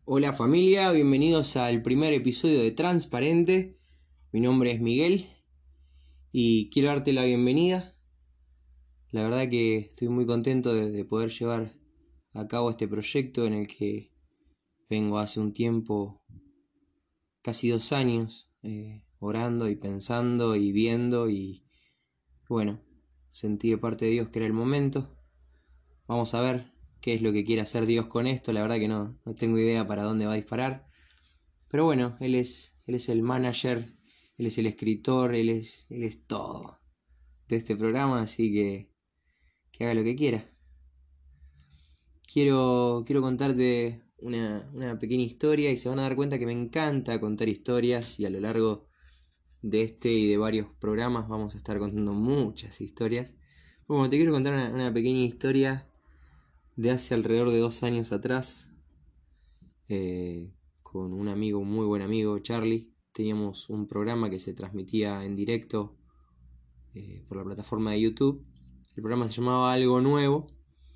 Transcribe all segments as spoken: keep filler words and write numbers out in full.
Hola familia, bienvenidos al primer episodio de Transparente. Mi nombre es Miguel y quiero darte la bienvenida. La verdad que estoy muy contento de, de poder llevar a cabo este proyecto en el que vengo hace un tiempo, casi dos años, eh, orando y pensando y viendo y bueno, sentí de parte de Dios que era el momento. Vamos a ver qué es lo que quiere hacer Dios con esto. La verdad que no, no tengo idea para dónde va a disparar. Pero bueno, él es, él es el manager, él es el escritor, él es, él es todo de este programa, así que que haga lo que quiera. Quiero, quiero contarte una, una pequeña historia y se van a dar cuenta que me encanta contar historias y a lo largo de este y de varios programas vamos a estar contando muchas historias. Bueno, te quiero contar una, una pequeña historia de hace alrededor de dos años atrás. Eh, con un amigo, un muy buen amigo, Charlie. Teníamos un programa que se transmitía en directo eh, por la plataforma de YouTube. El programa se llamaba Algo Nuevo.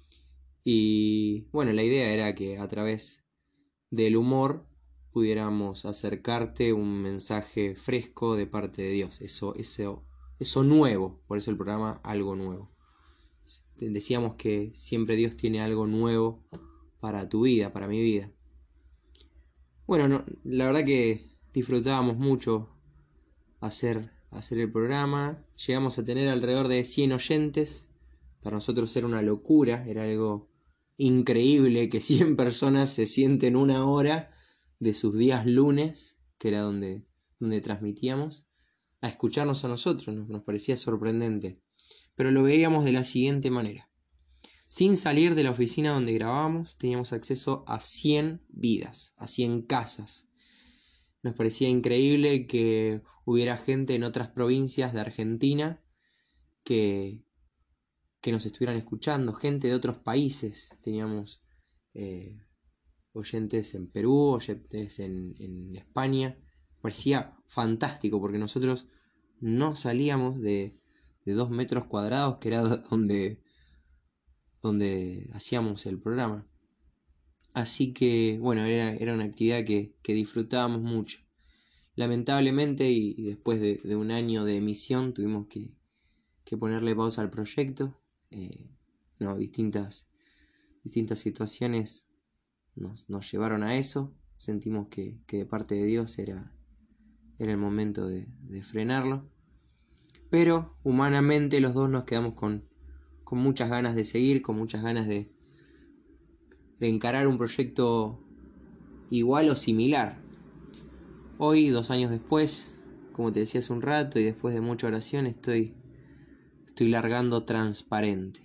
Y bueno, la idea era que a través del humor pudiéramos acercarte un mensaje fresco de parte de Dios. Eso, eso, eso nuevo. Por eso el programa Algo Nuevo. Decíamos que siempre Dios tiene algo nuevo para tu vida, para mi vida. Bueno, no, la verdad que disfrutábamos mucho hacer, hacer el programa. Llegamos a tener alrededor de cien oyentes. Para nosotros era una locura, era algo increíble que cien personas se sienten una hora de sus días lunes, que era donde, donde transmitíamos, a escucharnos a nosotros. Nos, nos parecía sorprendente. Pero lo veíamos de la siguiente manera. Sin salir de la oficina donde grabábamos, teníamos acceso a cien vidas, a cien casas. Nos parecía increíble que hubiera gente en otras provincias de Argentina que, que nos estuvieran escuchando, gente de otros países. Teníamos eh, oyentes en Perú, oyentes en, en España. Parecía fantástico porque nosotros no salíamos de, de dos metros cuadrados, que era donde... donde hacíamos el programa. Así que, bueno, era, era una actividad que, que disfrutábamos mucho. Lamentablemente, y, y después de, de un año de emisión, tuvimos que, que ponerle pausa al proyecto. Eh, no, distintas, distintas situaciones nos, nos llevaron a eso. Sentimos que, que de parte de Dios era, era el momento de, de frenarlo. Pero humanamente los dos nos quedamos con, con muchas ganas de seguir, con muchas ganas de, de encarar un proyecto igual o similar. Hoy, dos años después, como te decía hace un rato y después de mucha oración, estoy, estoy largando Transparente.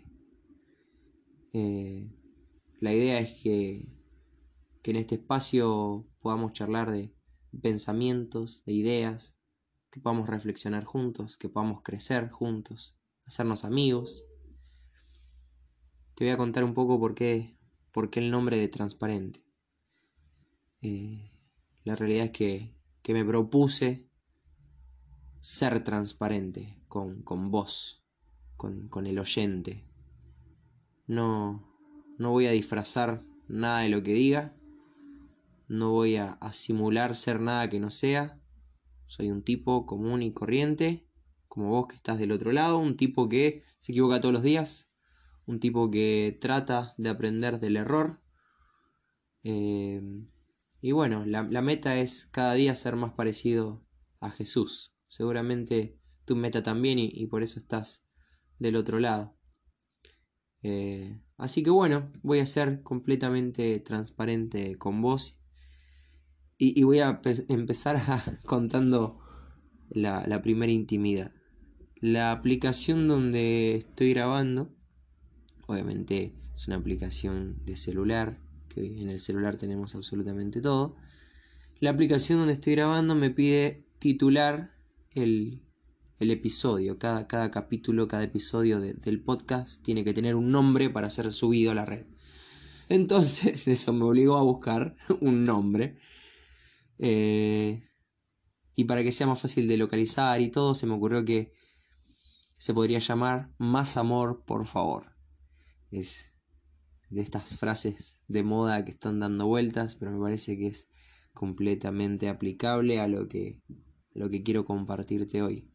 Eh, la idea es que, que en este espacio podamos charlar de pensamientos, de ideas, que podamos reflexionar juntos, que podamos crecer juntos, hacernos amigos. Te voy a contar un poco por qué, por qué el nombre de Transparente. Eh, la realidad es que, que me propuse ser transparente con, con vos, con, con el oyente. No, no voy a disfrazar nada de lo que diga, no voy a, a simular ser nada que no sea. Soy un tipo común y corriente, como vos que estás del otro lado, un tipo que se equivoca todos los días, un tipo que trata de aprender del error. Eh, y bueno, la, la meta es cada día ser más parecido a Jesús. Seguramente tu meta también y, y por eso estás del otro lado. Eh, así que bueno, voy a ser completamente transparente con vos y, y voy a empezar a, contando la, la primera intimidad. La aplicación donde estoy grabando, obviamente es una aplicación de celular, que en el celular tenemos absolutamente todo. La aplicación donde estoy grabando me pide titular el, el episodio. Cada, cada capítulo, cada episodio de, del podcast tiene que tener un nombre para ser subido a la red. Entonces eso me obligó a buscar un nombre. Eh, y para que sea más fácil de localizar y todo, se me ocurrió que se podría llamar Más Amor, por favor. Es, de estas frases de moda que están dando vueltas, pero me parece que es completamente aplicable a lo que, a lo que quiero compartirte hoy.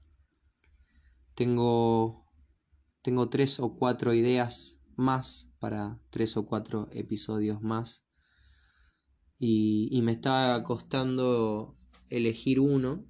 Tengo, tengo tres o cuatro ideas más para tres o cuatro episodios más y, y me está costando elegir uno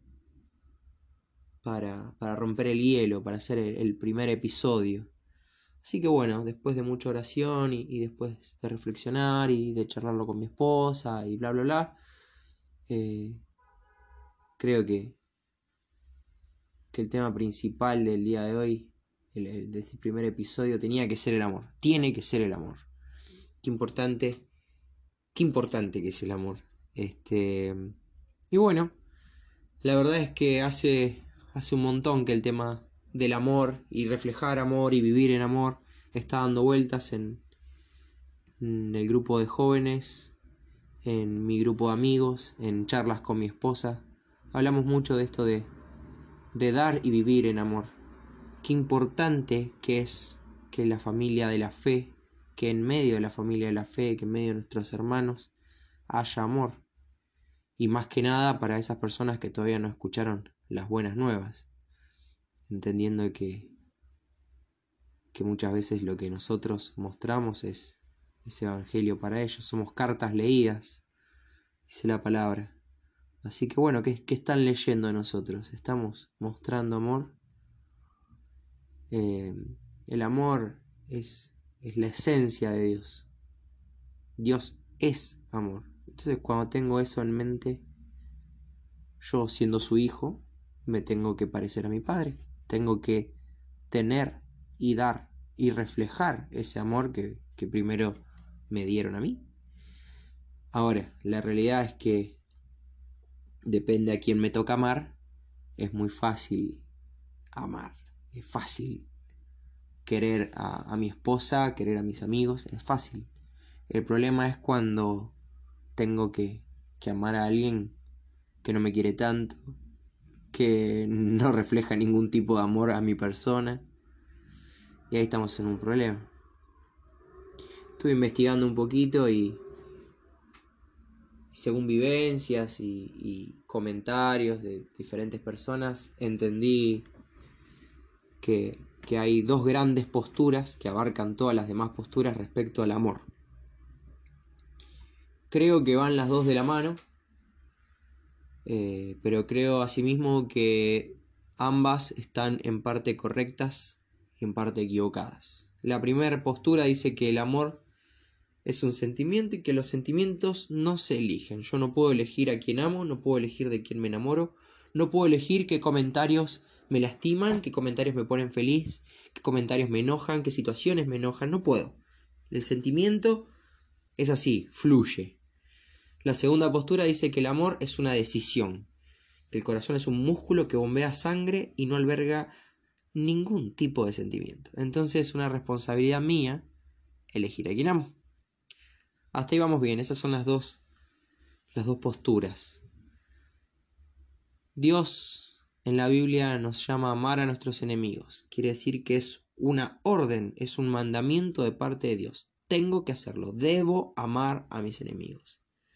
para, para romper el hielo, para hacer el, el primer episodio. Así que bueno, después de mucha oración y, y después de reflexionar y de charlarlo con mi esposa y bla bla bla, eh, creo que, que el tema principal del día de hoy, el, el de este primer episodio, tenía que ser el amor. Tiene que ser el amor. Qué importante, qué importante que es el amor. Este, y bueno, la verdad es que hace, hace un montón que el tema del amor y reflejar amor y vivir en amor está dando vueltas en, en el grupo de jóvenes, en mi grupo de amigos, en charlas con mi esposa. Hablamos mucho de esto de, de dar y vivir en amor. Qué importante que es que la familia de la fe, que en medio de la familia de la fe, que en medio de nuestros hermanos, haya amor. Y más que nada para esas personas que todavía no escucharon las buenas nuevas, entendiendo que, que muchas veces lo que nosotros mostramos es ese evangelio para ellos. Somos cartas leídas, dice la palabra. Así que bueno, ¿qué, qué están leyendo de nosotros? ¿Estamos mostrando amor? Eh, el amor es, es la esencia de Dios. Dios es amor. Entonces cuando tengo eso en mente, yo siendo su hijo, me tengo que parecer a mi padre. Tengo que tener y dar y reflejar ese amor que, que primero me dieron a mí. Ahora, la realidad es que depende a quién me toca amar. Es muy fácil amar. Es fácil querer a, a mi esposa, querer a mis amigos. Es fácil. El problema es cuando tengo que, que amar a alguien que no me quiere tanto, que no refleja ningún tipo de amor a mi persona. Y ahí estamos en un problema. Estuve investigando un poquito y según vivencias y, y comentarios de diferentes personas, entendí que, que hay dos grandes posturas que abarcan todas las demás posturas respecto al amor. Creo que van las dos de la mano, eh, pero creo asimismo que ambas están en parte correctas y en parte equivocadas. La primera postura dice que el amor es un sentimiento y que los sentimientos no se eligen. Yo no puedo elegir a quién amo, no puedo elegir de quién me enamoro, no puedo elegir qué comentarios me lastiman, qué comentarios me ponen feliz, qué comentarios me enojan, qué situaciones me enojan, no puedo. El sentimiento es así, fluye. La segunda postura dice que el amor es una decisión, que el corazón es un músculo que bombea sangre y no alberga ningún tipo de sentimiento. Entonces es una responsabilidad mía elegir a quién amo. Hasta ahí vamos bien, esas son las dos, las dos posturas. Dios en la Biblia nos llama a amar a nuestros enemigos. Quiere decir que es una orden, es un mandamiento de parte de Dios. Tengo que hacerlo, debo amar a mis enemigos.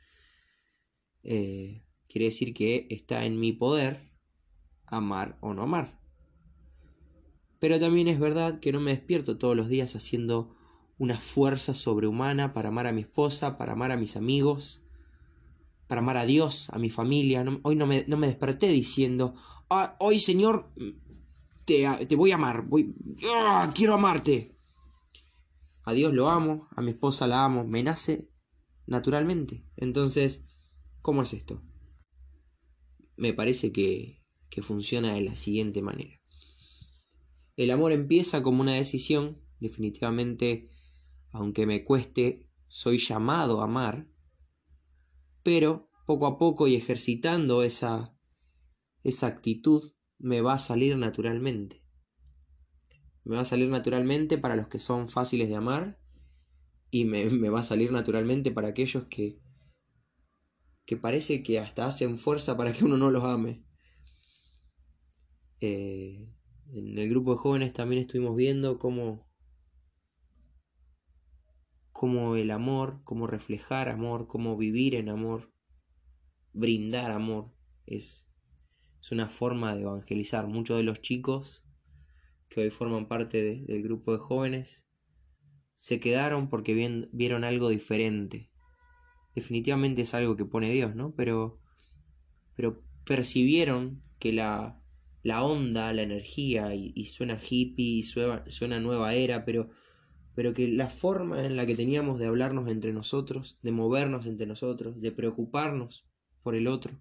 Eh, quiere decir que está en mi poder amar o no amar. Pero también es verdad que no me despierto todos los días haciendo una fuerza sobrehumana para amar a mi esposa, para amar a mis amigos, para amar a Dios, a mi familia. No, hoy no me, no me desperté diciendo, ah, hoy Señor, te, te voy a amar, voy, ah, quiero amarte. A Dios lo amo, a mi esposa la amo, me nace naturalmente. Entonces, ¿cómo es esto? Me parece que, que funciona de la siguiente manera. El amor empieza como una decisión, definitivamente, aunque me cueste, soy llamado a amar, pero poco a poco y ejercitando esa, esa actitud me va a salir naturalmente. Me va a salir naturalmente para los que son fáciles de amar y me, me va a salir naturalmente para aquellos que, que parece que hasta hacen fuerza para que uno no los ame. Eh, en el grupo de jóvenes también estuvimos viendo cómo cómo el amor, cómo reflejar amor, cómo vivir en amor, brindar amor, es, es una forma de evangelizar. Muchos de los chicos que hoy forman parte de, del grupo de jóvenes se quedaron porque vien, vieron algo diferente. Definitivamente es algo que pone Dios, ¿no? Pero, pero percibieron que la, la onda, la energía, y, y suena hippie, y suena, suena nueva era, pero, pero que la forma en la que teníamos de hablarnos entre nosotros, de movernos entre nosotros, de preocuparnos por el otro,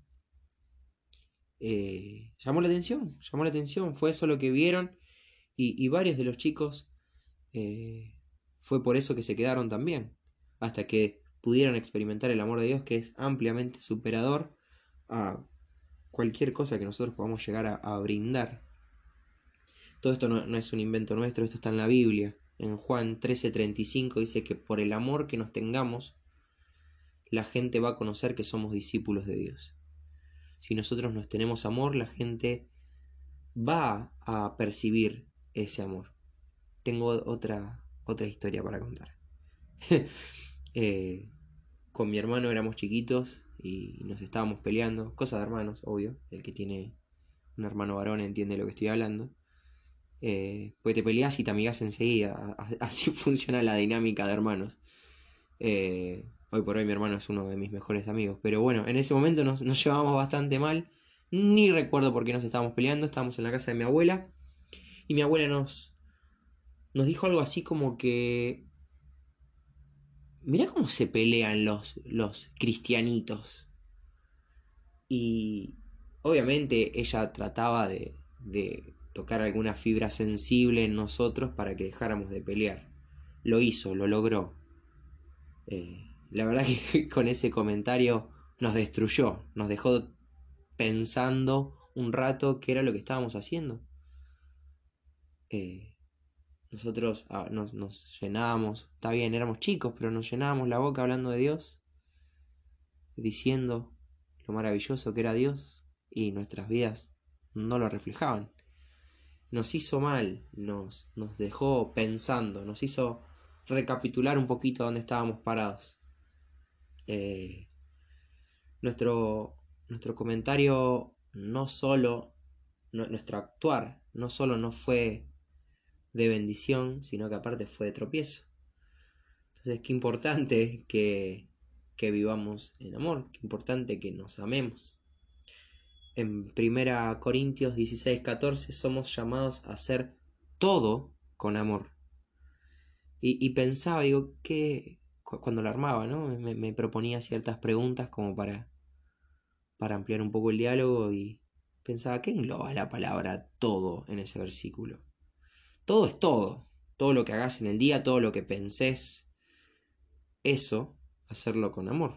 eh, llamó la atención, llamó la atención, fue eso lo que vieron, y, y varios de los chicos eh, fue por eso que se quedaron también, hasta que pudieron experimentar el amor de Dios, que es ampliamente superador a cualquier cosa que nosotros podamos llegar a, a brindar. Todo esto no, no es un invento nuestro, esto está en la Biblia. En Juan trece treinta y cinco dice que por el amor que nos tengamos, la gente va a conocer que somos discípulos de Dios. Si nosotros nos tenemos amor, la gente va a percibir ese amor. Tengo otra, otra historia para contar. eh, con mi hermano éramos chiquitos y nos estábamos peleando, cosa de hermanos, obvio. El que tiene un hermano varón entiende lo que estoy hablando. Eh, pues te peleas y te amigas enseguida. Así funciona la dinámica de hermanos. Eh, hoy por hoy mi hermano es uno de mis mejores amigos. Pero bueno, en ese momento nos, nos llevábamos bastante mal. Ni recuerdo por qué nos estábamos peleando. Estábamos en la casa de mi abuela. Y mi abuela nos, nos dijo algo así como que... Mirá cómo se pelean los, los cristianitos. Y obviamente ella trataba de, de tocar alguna fibra sensible en nosotros para que dejáramos de pelear. Lo hizo, lo logró. Eh, la verdad que con ese comentario nos destruyó, nos dejó pensando un rato qué era lo que estábamos haciendo. Eh, nosotros ah, nos, nos llenábamos, está bien, éramos chicos, pero nos llenábamos la boca hablando de Dios, diciendo lo maravilloso que era Dios, y nuestras vidas no lo reflejaban. Nos hizo mal, nos, nos dejó pensando, nos hizo recapitular un poquito dónde estábamos parados. Eh, nuestro, nuestro comentario no solo, no, nuestro actuar no solo no fue de bendición, sino que aparte fue de tropiezo. Entonces, qué importante que, que vivamos en amor, qué importante que nos amemos. En primera Corintios dieciséis catorce somos llamados a hacer todo con amor. Y, y pensaba, digo, que cuando lo armaba, ¿no? Me, me proponía ciertas preguntas como para, para ampliar un poco el diálogo y pensaba, ¿qué engloba la palabra todo en ese versículo? Todo es todo. Todo lo que hagas en el día, todo lo que pensés, eso, hacerlo con amor.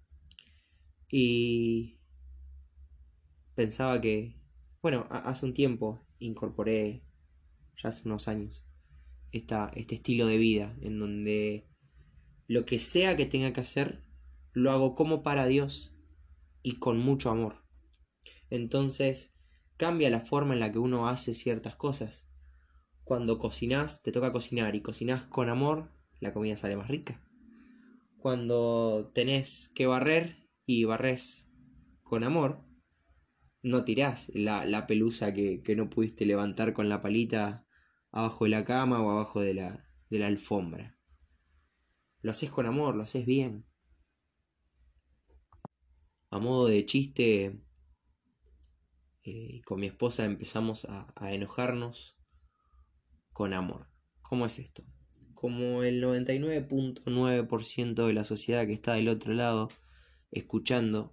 Y pensaba que, bueno, hace un tiempo incorporé, ya hace unos años, esta, este estilo de vida en donde lo que sea que tenga que hacer, lo hago como para Dios y con mucho amor. Entonces cambia la forma en la que uno hace ciertas cosas. Cuando cocinás, te toca cocinar y cocinás con amor, la comida sale más rica. Cuando tenés que barrer y barrés con amor, no tirás la, la pelusa que, que no pudiste levantar con la palita abajo de la cama o abajo de la, de la alfombra. Lo haces con amor, lo haces bien. A modo de chiste, eh, con mi esposa empezamos a, a enojarnos con amor. ¿Cómo es esto? Como el noventa y nueve punto nueve por ciento de la sociedad que está del otro lado escuchando,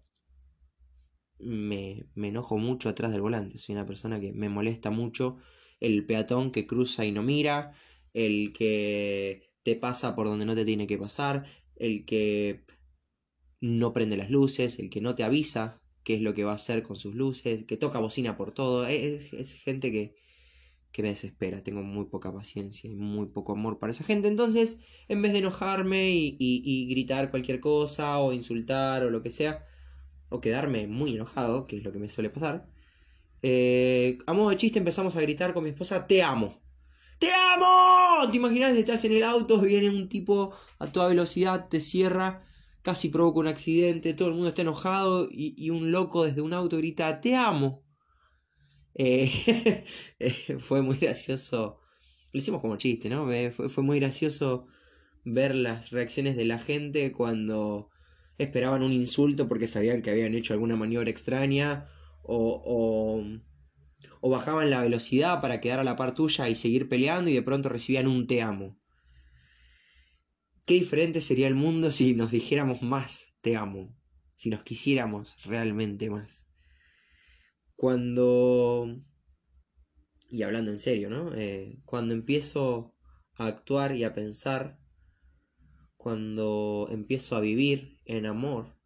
me, me enojo mucho atrás del volante. Soy una persona que me molesta mucho el peatón que cruza y no mira, el que te pasa por donde no te tiene que pasar, el que no prende las luces, el que no te avisa qué es lo que va a hacer con sus luces, que toca bocina por todo. Es, es gente que, que me desespera. Tengo muy poca paciencia y muy poco amor para esa gente. Entonces, en vez de enojarme y, y, y gritar cualquier cosa o insultar o lo que sea, o quedarme muy enojado, que es lo que me suele pasar, eh, a modo de chiste empezamos a gritar con mi esposa, te amo. ¡te amo! ¿Te imaginas? Estás en el auto, viene un tipo a toda velocidad, te cierra, casi provoca un accidente, todo el mundo está enojado y, y un loco desde un auto grita, ¡te amo! Eh, eh, fue muy gracioso. Lo hicimos como chiste, ¿no? Eh, Fue, fue muy gracioso ver las reacciones de la gente cuando esperaban un insulto porque sabían que habían hecho alguna maniobra extraña o, o, o bajaban la velocidad para quedar a la par tuya y seguir peleando y de pronto recibían un te amo. Qué diferente sería el mundo si nos dijéramos más te amo, si nos quisiéramos realmente más. Cuando... Y hablando en serio, ¿no? Eh, cuando empiezo a actuar y a pensar, cuando empiezo a vivir en amor,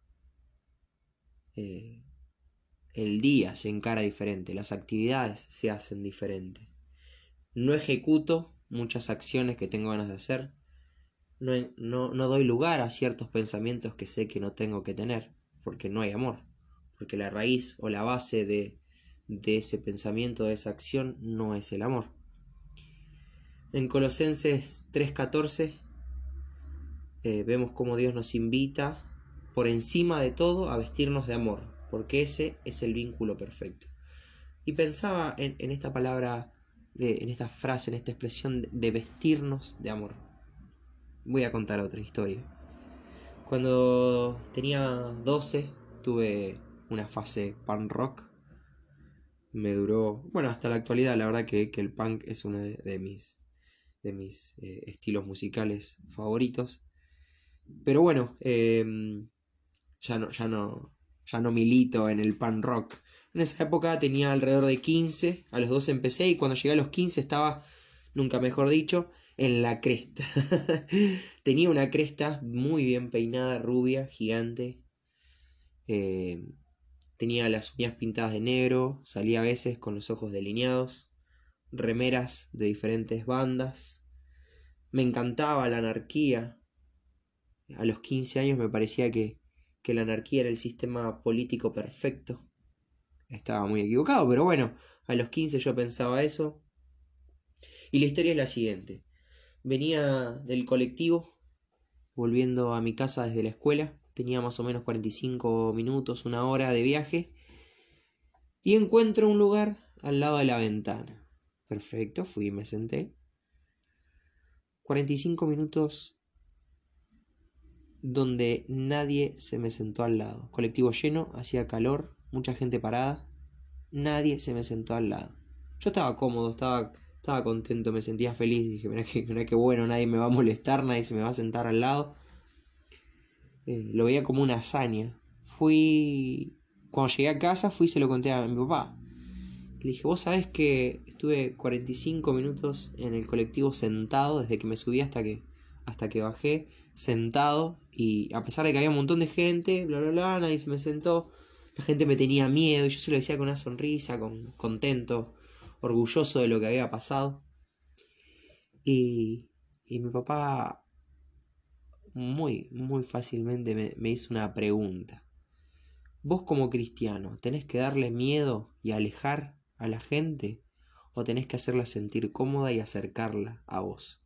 eh, el día se encara diferente, las actividades se hacen diferente. No ejecuto muchas acciones que tengo ganas de hacer, no, no, no doy lugar a ciertos pensamientos que sé que no tengo que tener, porque no hay amor, porque la raíz o la base de, de ese pensamiento, de esa acción, no es el amor. En Colosenses tres catorce eh, vemos cómo Dios nos invita por encima de todo a vestirnos de amor, porque ese es el vínculo perfecto. Y pensaba en, en esta palabra, de, en esta frase, en esta expresión de, de vestirnos de amor. Voy a contar otra historia. Cuando tenía doce tuve una fase punk rock. Me duró, bueno, hasta la actualidad, la verdad que, que el punk es uno de, de mis, de mis eh, estilos musicales favoritos. Pero bueno, eh, ya no, ya no, ya no milito en el punk rock. En esa época tenía alrededor de quince, a los doce empecé y cuando llegué a los quince estaba, nunca mejor dicho, en la cresta. Tenía una cresta muy bien peinada, rubia, gigante. Eh, tenía las uñas pintadas de negro, salía a veces con los ojos delineados, remeras de diferentes bandas. Me encantaba la anarquía. A los quince años me parecía que, que la anarquía era el sistema político perfecto. Estaba muy equivocado, pero bueno, a los quince yo pensaba eso. Y la historia es la siguiente. Venía del colectivo, volviendo a mi casa desde la escuela. Tenía más o menos cuarenta y cinco minutos, una hora de viaje. Y encuentro un lugar al lado de la ventana. Perfecto, fui y me senté. cuarenta y cinco minutos donde nadie se me sentó al lado. Colectivo lleno, hacía calor, mucha gente parada. Nadie se me sentó al lado. Yo estaba cómodo, estaba, estaba contento, me sentía feliz. Dije, mirá que, mirá que bueno, nadie me va a molestar, nadie se me va a sentar al lado. Eh, lo veía como una hazaña. Fui... Cuando llegué a casa, fui y se lo conté a mi papá. Le dije, vos sabés que estuve cuarenta y cinco minutos en el colectivo sentado, desde que me subí hasta que, hasta que bajé, sentado, y a pesar de que había un montón de gente, bla bla bla, nadie se me sentó, la gente me tenía miedo, y yo se lo decía con una sonrisa, con, contento, orgulloso de lo que había pasado. Y, y mi papá muy, muy fácilmente me, me hizo una pregunta. Vos como cristiano, ¿tenés que darle miedo y alejar a la gente? ¿O tenés que hacerla sentir cómoda y acercarla a vos?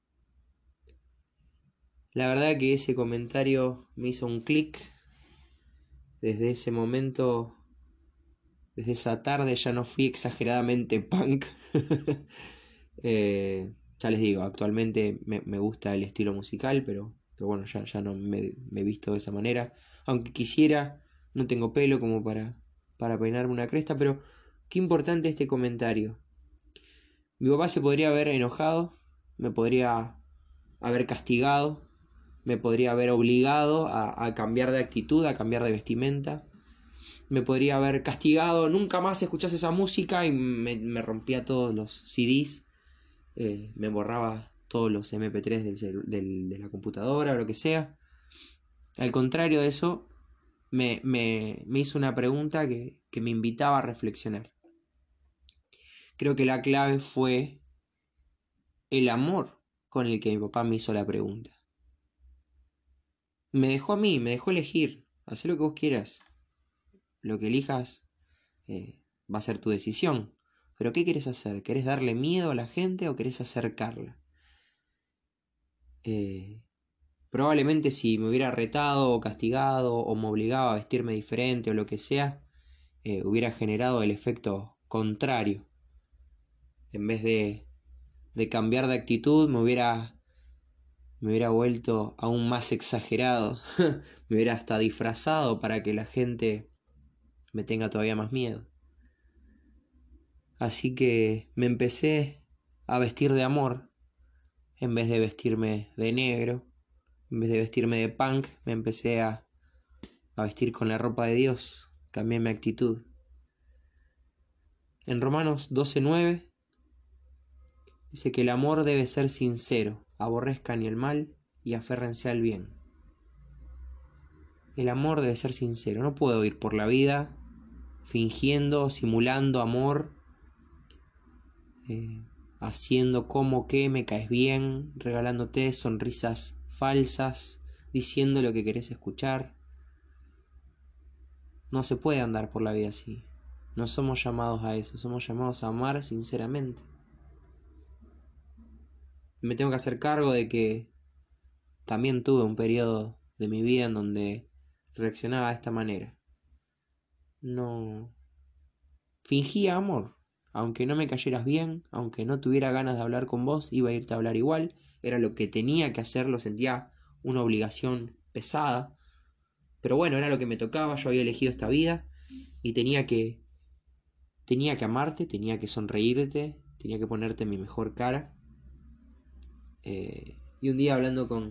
La verdad que ese comentario me hizo un clic. Desde ese momento, desde esa tarde ya no fui exageradamente punk. eh, ya les digo, actualmente me, me gusta el estilo musical, pero, pero bueno, ya, ya no me, me visto de esa manera. Aunque quisiera, no tengo pelo como para, para peinarme una cresta, pero qué importante este comentario. Mi papá se podría haber enojado, me podría haber castigado, me podría haber obligado a, a cambiar de actitud, a cambiar de vestimenta. Me podría haber castigado, nunca más escuchás esa música y me, me rompía todos los C Ds, eh, me borraba todos los eme pe tres del, del, de la computadora o lo que sea. Al contrario de eso, me, me, me hizo una pregunta que, que me invitaba a reflexionar. Creo que la clave fue el amor con el que mi papá me hizo la pregunta. Me dejó a mí, me dejó elegir. Haz lo que vos quieras. Lo que elijas eh, va a ser tu decisión. Pero ¿qué querés hacer? ¿Querés darle miedo a la gente o querés acercarla? Eh, probablemente si me hubiera retado o castigado o me obligaba a vestirme diferente o lo que sea, eh, hubiera generado el efecto contrario. En vez de, de cambiar de actitud, me hubiera, me hubiera vuelto aún más exagerado. Me hubiera hasta disfrazado para que la gente me tenga todavía más miedo. Así que me empecé a vestir de amor en vez de vestirme de negro. En vez de vestirme de punk, me empecé a, a vestir con la ropa de Dios. Cambié mi actitud. En Romanos doce nueve dice que el amor debe ser sincero, aborrezcan el mal y aférrense al bien. El amor debe ser sincero. No puedo ir por la vida fingiendo, simulando amor, eh, haciendo como que me caes bien, regalándote sonrisas falsas, diciendo lo que querés escuchar. No se puede andar por la vida así. No somos llamados a eso, somos llamados a amar sinceramente. Me tengo que hacer cargo de que también tuve un periodo de mi vida en donde reaccionaba de esta manera. No fingía amor. Aunque no me cayeras bien, aunque no tuviera ganas de hablar con vos, iba a irte a hablar igual. Era lo que tenía que hacer, lo sentía una obligación pesada. Pero bueno, era lo que me tocaba, yo había elegido esta vida y tenía que tenía que amarte, tenía que sonreírte, tenía que ponerte mi mejor cara. Eh, y un día hablando con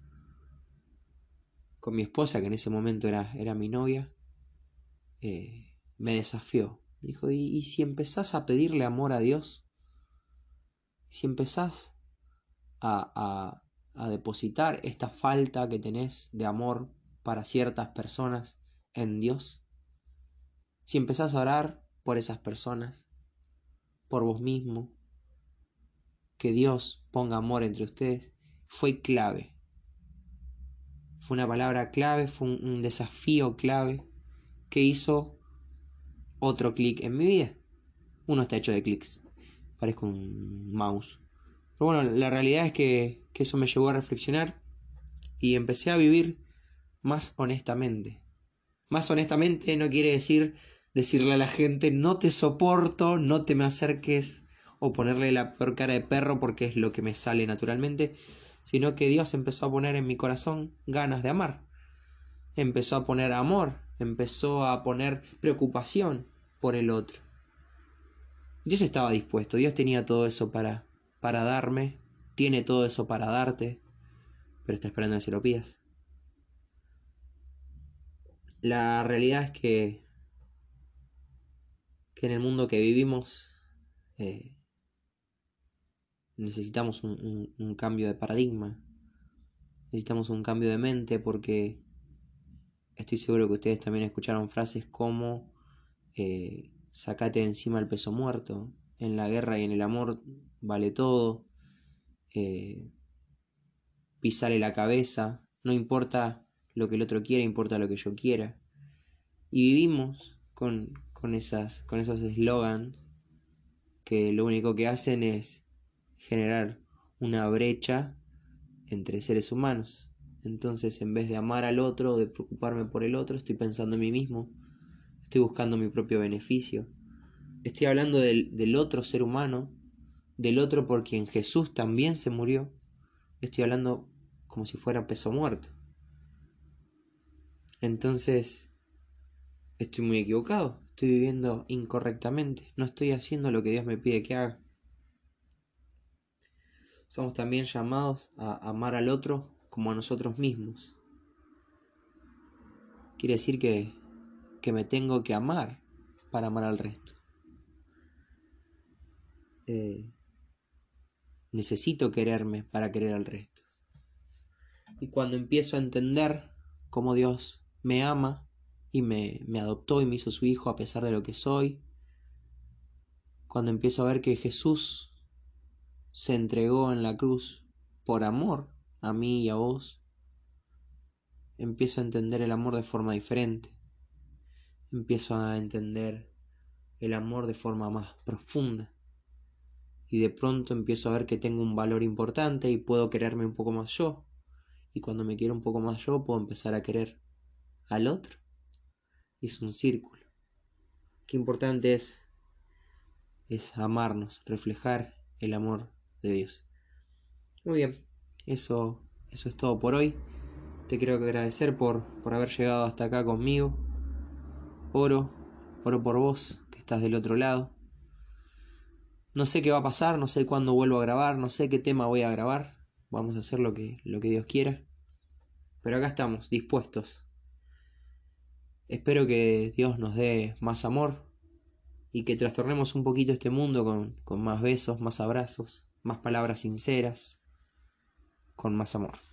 con mi esposa, que en ese momento era, era mi novia, eh, me desafió. Me dijo, ¿y, ¿y si empezás a pedirle amor a Dios? Si empezás a, a, a depositar esta falta que tenés de amor para ciertas personas en Dios, si empezás a orar por esas personas, por vos mismo, que Dios ponga amor entre ustedes, fue clave. Fue una palabra clave, fue un, un desafío clave que hizo otro clic en mi vida. Uno está hecho de clics, parezco un mouse. Pero bueno, la realidad es que, que eso me llevó a reflexionar y empecé a vivir más honestamente. Más honestamente no quiere decir decirle a la gente no te soporto, no te me acerques, o ponerle la peor cara de perro porque es lo que me sale naturalmente, sino que Dios empezó a poner en mi corazón ganas de amar. Empezó a poner amor, empezó a poner preocupación por el otro. Dios estaba dispuesto, Dios tenía todo eso para, para darme, tiene todo eso para darte, pero está esperando que se lo pidas. La realidad es que, que en el mundo que vivimos eh, necesitamos un, un, un cambio de paradigma, necesitamos un cambio de mente porque estoy seguro que ustedes también escucharon frases como eh, sacate de encima el peso muerto, en la guerra y en el amor vale todo, eh, pisale la cabeza, no importa lo que el otro quiera, importa lo que yo quiera. Y vivimos con, con, esas, con esos eslogans que lo único que hacen es generar una brecha entre seres humanos. Entonces, en vez de amar al otro o de preocuparme por el otro, estoy pensando en mí mismo, estoy buscando mi propio beneficio. Estoy hablando del, del otro ser humano, del otro por quien Jesús también se murió. Estoy hablando como si fuera peso muerto. Entonces, estoy muy equivocado, estoy viviendo incorrectamente, no estoy haciendo lo que Dios me pide que haga. Somos también llamados a amar al otro como a nosotros mismos. Quiere decir que, que me tengo que amar para amar al resto. Eh, necesito quererme para querer al resto. Y cuando empiezo a entender cómo Dios me ama y me, me adoptó y me hizo su hijo a pesar de lo que soy, cuando empiezo a ver que Jesús se entregó en la cruz por amor a mí y a vos, empiezo a entender el amor de forma diferente. Empiezo a entender el amor de forma más profunda. Y de pronto empiezo a ver que tengo un valor importante y puedo quererme un poco más yo. Y cuando me quiero un poco más yo, puedo empezar a querer al otro. Y es un círculo. Qué importante es, es amarnos, reflejar el amor de Dios. Muy bien, eso, eso es todo por hoy. Te quiero agradecer por, por haber llegado hasta acá conmigo. Oro, oro por vos, que estás del otro lado. No sé qué va a pasar, no sé cuándo vuelvo a grabar, no sé qué tema voy a grabar. Vamos a hacer lo que, lo que Dios quiera. Pero acá estamos, dispuestos. Espero que Dios nos dé más amor y que trastornemos un poquito este mundo con, con más besos, más abrazos, más palabras sinceras, con más amor.